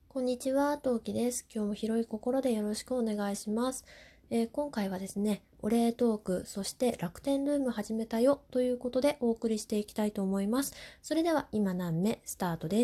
こんにちは、トウキです。今日も広い心でよろしくお願いします。今回はですね、お礼トーク、そして楽天ルーム始めたよということでお送りしていきたいと思います。それでは今何目スタートです。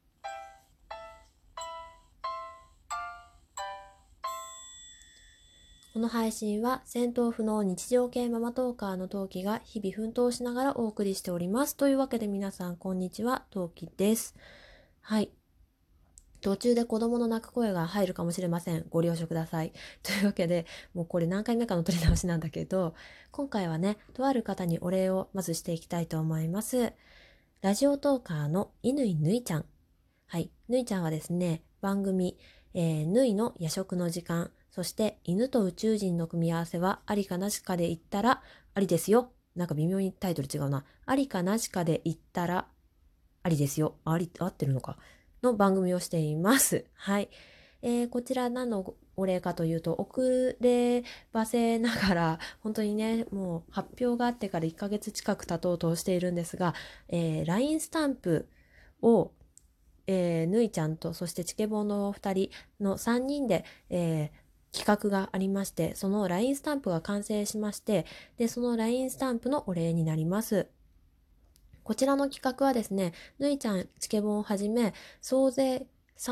この配信は戦闘不能日常系ママトーカーのトウキが日々奮闘しながらお送りしております。というわけで皆さんこんにちは、トウキです。はい。途中で子供の泣く声が入るかもしれません。ご了承ください。というわけで、もうこれ何回目かの撮り直しなんだけど、今回はね、とある方にお礼をまずしていきたいと思います。ラジオトーカーの乾ぬいちゃん。はい。ぬいちゃんはですね、番組、ぬいの夜食の時間、そして犬と宇宙人の組み合わせはありかなしかで言ったらありですよ。なんか微妙にタイトル違うな。ありかなしかで言ったらありですよ。合ってるのか。の番組をしています。はい。こちら何のお礼かというと、遅ればせながら、本当にね、もう発表があってから1ヶ月近く経とうとしているんですが、LINE スタンプを、ぬいちゃんと、そしてチケボンの2人の3人で、企画がありまして、その LINE スタンプが完成しまして、で、その LINE スタンプのお礼になります。こちらの企画はですね、ぬいちゃんチケボンをはじめ、総勢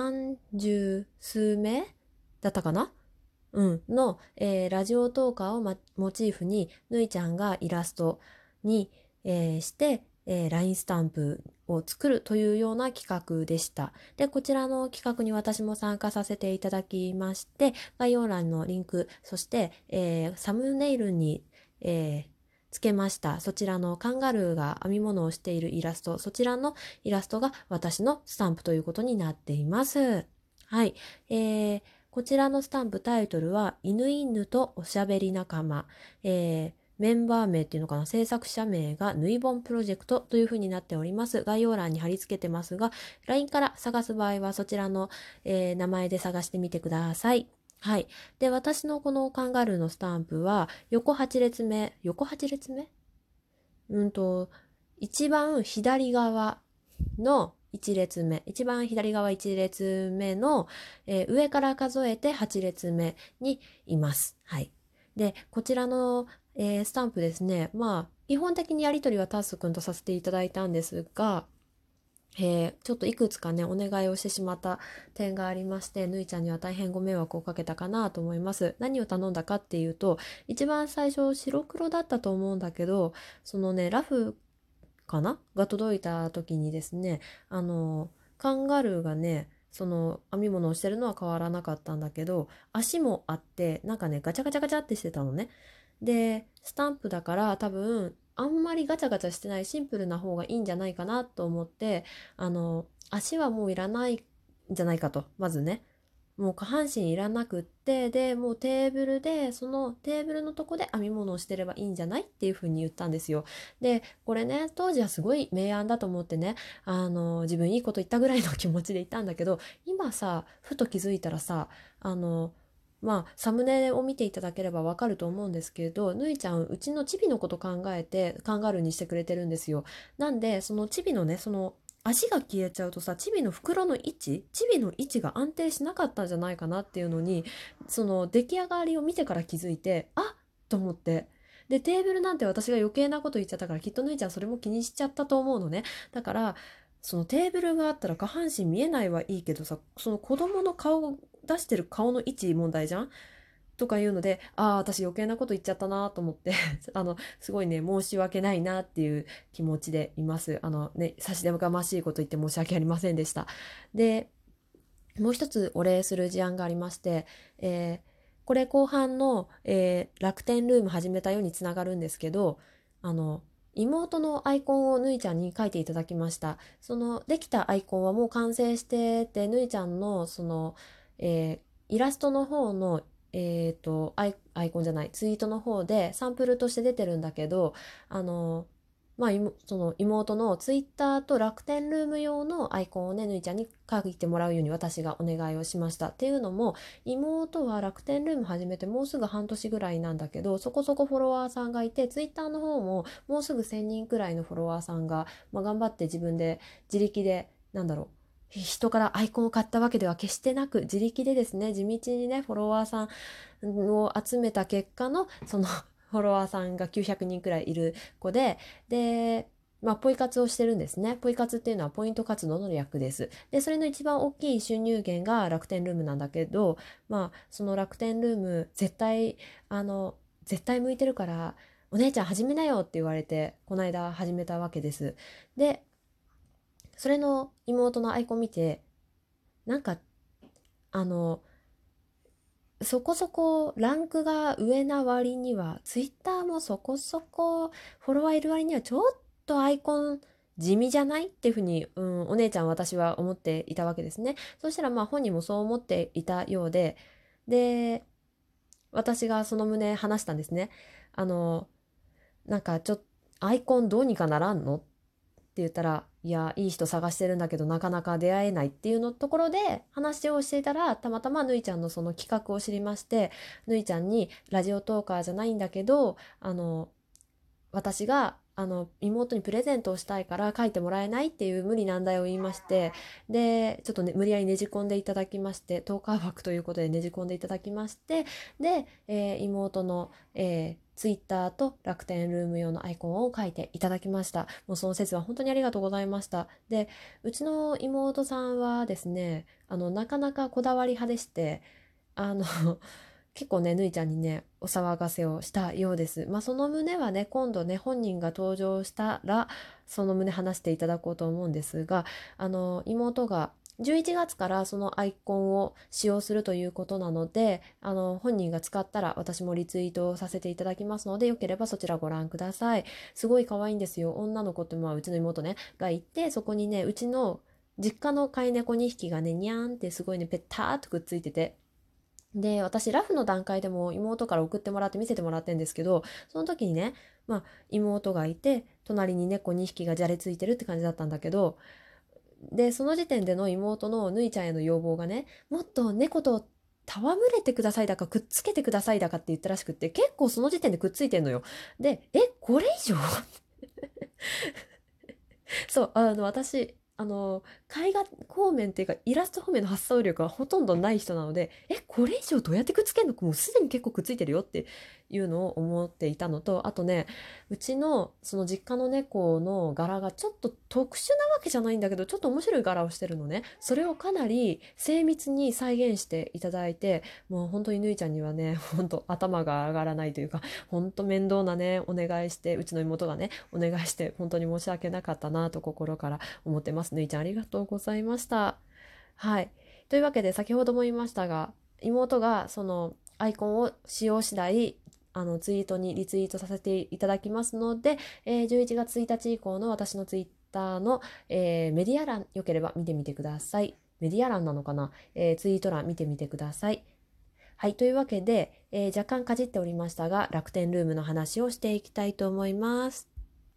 30数名だったかなの、ラジオトーカーを、モチーフに、ぬいちゃんがイラストに、して、LINE スタンプを作るというような企画でした。で、こちらの企画に私も参加させていただきまして、概要欄のリンク、そして、サムネイルに、つけました。そちらのカンガルーが編み物をしているイラスト、そちらのイラストが私のスタンプということになっています。はい。こちらのスタンプタイトルは、犬とおしゃべり仲間。メンバー名っていうのかな、制作者名がぬいぼんプロジェクトというふうになっております。概要欄に貼り付けてますが、LINE から探す場合はそちらの、名前で探してみてください。はい。で、私のこのカンガルーのスタンプは、横8列目うんと、一番左側の1列目、一番左側1列目の、上から数えて8列目にいます。はい。で、こちらの、スタンプですね。まあ、基本的にやり取りはタスくんとさせていただいたんですが、ちょっといくつかね、お願いをしてしまった点がありまして、ぬいちゃんには大変ご迷惑をかけたかなと思います。何を頼んだかっていうと、一番最初白黒だったと思うんだけど、そのね、ラフかなが届いた時にですね、カンガルーがね、その編み物をしてるのは変わらなかったんだけど、足もあって、なんかね、ガチャガチャガチャってしてたのね。で、スタンプだから多分、あんまりガチャガチャしてないシンプルな方がいいんじゃないかなと思って、足はもういらないんじゃないかと、まずね。もう下半身いらなくって、で、もうテーブルで、そのテーブルのとこで編み物をしてればいいんじゃないっていうふうに言ったんですよ。で、これね、当時はすごい明暗だと思ってね、自分いいこと言ったぐらいの気持ちで言ったんだけど、今さ、ふと気づいたらさ、まあ、サムネを見ていただければわかると思うんですけど、ぬいちゃん、うちのチビのこと考えてカンガルーにしてくれてるんですよ。なんで、そのチビのね、その足が消えちゃうとさ、チビの袋のチビの位置が安定しなかったんじゃないかなっていうのに、その出来上がりを見てから気づいて、あっと思って。で、テーブルなんて私が余計なこと言っちゃったから、きっとぬいちゃんそれも気にしちゃったと思うのね。だから、そのテーブルがあったら下半身見えないはいいけどさ、その子供の顔、出してる顔の位置問題じゃんとかいうので、ああ、私余計なこと言っちゃったなと思ってすごいね、申し訳ないなっていう気持ちでいます。差し出がましいこと言って申し訳ありませんでした。で、もう一つお礼する事案がありまして、これ後半の、楽天ルーム始めたようにつながるんですけど、あの、妹のアイコンをぬいちゃんに書いていただきました。その、できたアイコンはもう完成してて、ぬいちゃんの、イラストの方の、アイコンじゃない、ツイートの方でサンプルとして出てるんだけど、あの、まあ、その妹のツイッターと楽天ルーム用のアイコンをね、ぬいちゃんに書いてもらうように私がお願いをしました。っていうのも、妹は楽天ルーム始めてもうすぐ半年ぐらいなんだけど、そこそこフォロワーさんがいて、ツイッターの方ももうすぐ1000人くらいのフォロワーさんが、頑張って自分で自力で、 人からアイコンを買ったわけでは決してなく、自力でですね、地道にね、フォロワーさんを集めた結果の、そのフォロワーさんが900人くらいいる子で、まあ、ポイ活をしてるんですね。ポイ活っていうのはポイント活動の略です。で、それの一番大きい収入源が楽天ルームなんだけど、まあ、その楽天ルーム、絶対向いてるから、お姉ちゃん始めなよって言われて、この間始めたわけです。で、それの妹のアイコン見て、なんか、あの、そこそこランクが上な割には、ツイッターもそこそこフォロワーいる割にはちょっとアイコン地味じゃないっていうふうに、お姉ちゃん私は思っていたわけですね。そしたらまあ本人もそう思っていたようで、私がその旨話したんですね。あの、なんかちょっとアイコンどうにかならんのって言ったら、いや、いい人探してるんだけどなかなか出会えないっていうのところで話をしていたら、たまたまぬいちゃんのその企画を知りまして、ぬいちゃんにラジオトーカーじゃないんだけど、私が妹にプレゼントをしたいから書いてもらえないっていう無理難題を言いまして、でちょっとね無理やりねじ込んでいただきまして、トーカー枠ということでねじ込んでいただきまして、で、妹の、ツイッターと楽天ルーム用のアイコンを書いていただきました。もうその説は本当にありがとうございました。で、うちの妹さんはですね、なかなかこだわり派でして、あの結構ね、ぬいちゃんにね、お騒がせをしたようです。まあ、その旨はね、今度ね、本人が登場したら、その旨話していただこうと思うんですが、妹が11月からそのアイコンを使用するということなので、本人が使ったら私もリツイートをさせていただきますので、よければそちらご覧ください。すごい可愛いんですよ。女の子って、まあ、うちの妹ね、がいて、そこにね、うちの実家の飼い猫2匹がね、にゃーんってすごいね、ペッターっとくっついてて、で、私、ラフの段階でも妹から送ってもらって見せてもらってんですけど、その時にね、まあ、妹がいて、隣に猫2匹がじゃれついてるって感じだったんだけど、で、その時点での妹のぬいちゃんへの要望がね、もっと猫と戯れてくださいだか、くっつけてくださいだかって言ったらしくって、結構その時点でくっついてんのよ。で、これ以上そう、私、絵画方面っていうか、イラスト方面の発想力がほとんどない人なので、これ以上どうやってくっつけるのか、もうすでに結構くっついてるよっていうのを思っていたのと、あとね、うちのその実家の猫の柄がちょっと特殊なわけじゃないんだけど、ちょっと面白い柄をしてるのね。それをかなり精密に再現していただいて、もう本当にぬいちゃんにはね、本当頭が上がらないというか、本当面倒なね、お願いして、うちの妹がね、お願いして、本当に申し訳なかったなと心から思ってます。ぬいちゃんありがとうございました。はい。というわけで、先ほども言いましたが、妹がそのアイコンを使用次第、ツイートにリツイートさせていただきますので、11月1日以降の私のツイッターの、メディア欄、よければ見てみてください。メディア欄なのかな、ツイート欄見てみてください。はい、というわけで、若干かじっておりましたが、楽天ルームの話をしていきたいと思います。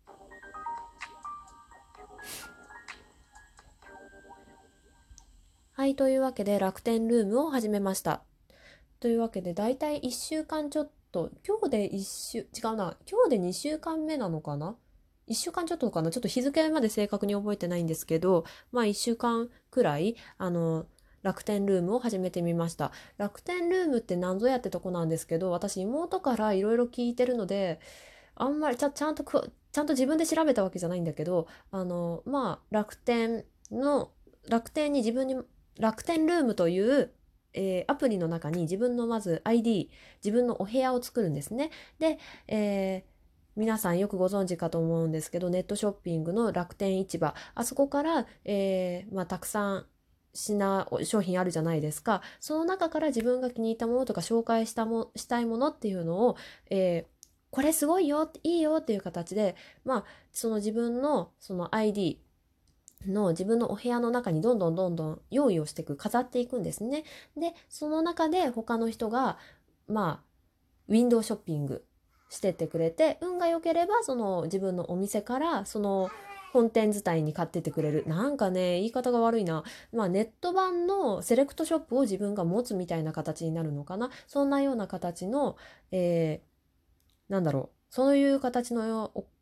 はい、というわけで楽天ルームを始めました。というわけで、だいたい1週間ちょっと、今日で違うな、今日で2週間目なのかな？ 1 週間ちょっとかな、ちょっと日付まで正確に覚えてないんですけど、まあ1週間くらい、楽天ルームを始めてみました。楽天ルームって何ぞやってとこなんですけど、私妹からいろいろ聞いてるので、あんまりちゃんと自分で調べたわけじゃないんだけど、まあ、楽天に自分に、楽天ルームという、アプリの中に自分のまず ID、自分のお部屋を作るんですね。で、皆さんよくご存知かと思うんですけど、ネットショッピングの楽天市場、あそこから、まあ、たくさん商品あるじゃないですか。その中から自分が気に入ったものとか紹介したいものっていうのを、これすごいよ、いいよっていう形で、まあ、その自分のその ID の自分のお部屋の中にどんどんどんどん用意をしていく、飾っていくんですね。で、その中で他の人が、まあ、ウィンドウショッピングしてってくれて、運が良ければその自分のお店からその本店伝いに買ってってくれる。なんかね、言い方が悪いな。まあネット版のセレクトショップを自分が持つみたいな形になるのかな。そんなような形の、なんだろう。そういう形の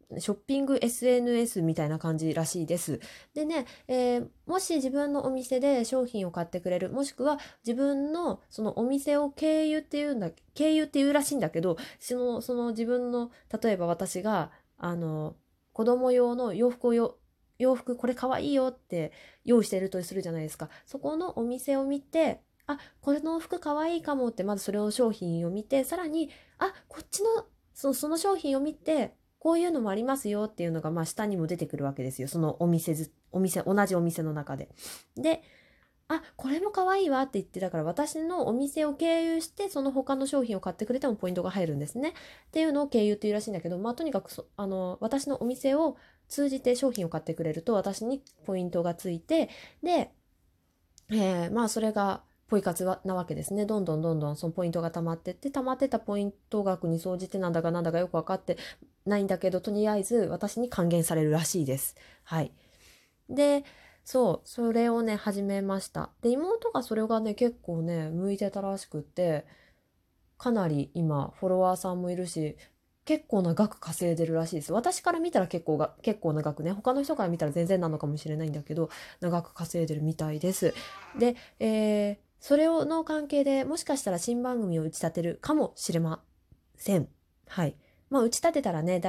ショッピング SNS みたいな感じらしいです。でね、もし自分のお店で商品を買ってくれる、もしくは自分のそのお店を経由っていうらしいんだけど、その自分の、例えば私が、子供用の洋服これかわいいよって用意してるとするじゃないですか。そこのお店を見て、あ、これの服かわいいかもって、まずそれを商品を見て、さらに、あ、こっちの、その商品を見て、こういうのもありますよっていうのが、まあ、下にも出てくるわけですよ。その同じお店の中で。で、あ、これも可愛いわって言って、だから私のお店を経由して、その他の商品を買ってくれてもポイントが入るんですね。っていうのを経由っていうらしいんだけど、まあ、とにかく私のお店を通じて商品を買ってくれると、私にポイントがついて、で、まあ、それが、ポイ活なわけですね。どんどんどんどんそのポイントが溜まってって、溜まってたポイント額に総じてなんだかなんだかよく分かってないんだけど、とりあえず私に還元されるらしいです。はい。で、そう、それをね、始めました。で、妹がそれがね、結構ね、向いてたらしくって、かなり今、フォロワーさんもいるし、結構な額稼いでるらしいです。私から見たら結構な額ね、他の人から見たら全然なのかもしれないんだけど、長く稼いでるみたいです。で、それの関係でもしかしたら新番組を打ち立てるかもしれません。はい。まあ、打ち立てたらね、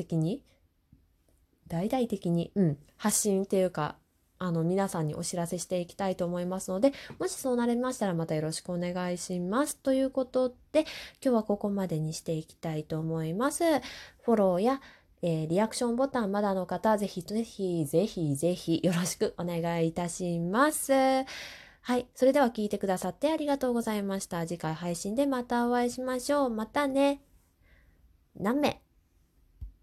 大々的に、発信っていうか、皆さんにお知らせしていきたいと思いますので、もしそうなりましたらまたよろしくお願いします。ということで、今日はここまでにしていきたいと思います。フォローや、リアクションボタンまだの方、ぜひぜひぜひぜひよろしくお願いいたします。はい。それでは聞いてくださってありがとうございました。次回配信でまたお会いしましょう。またね。何名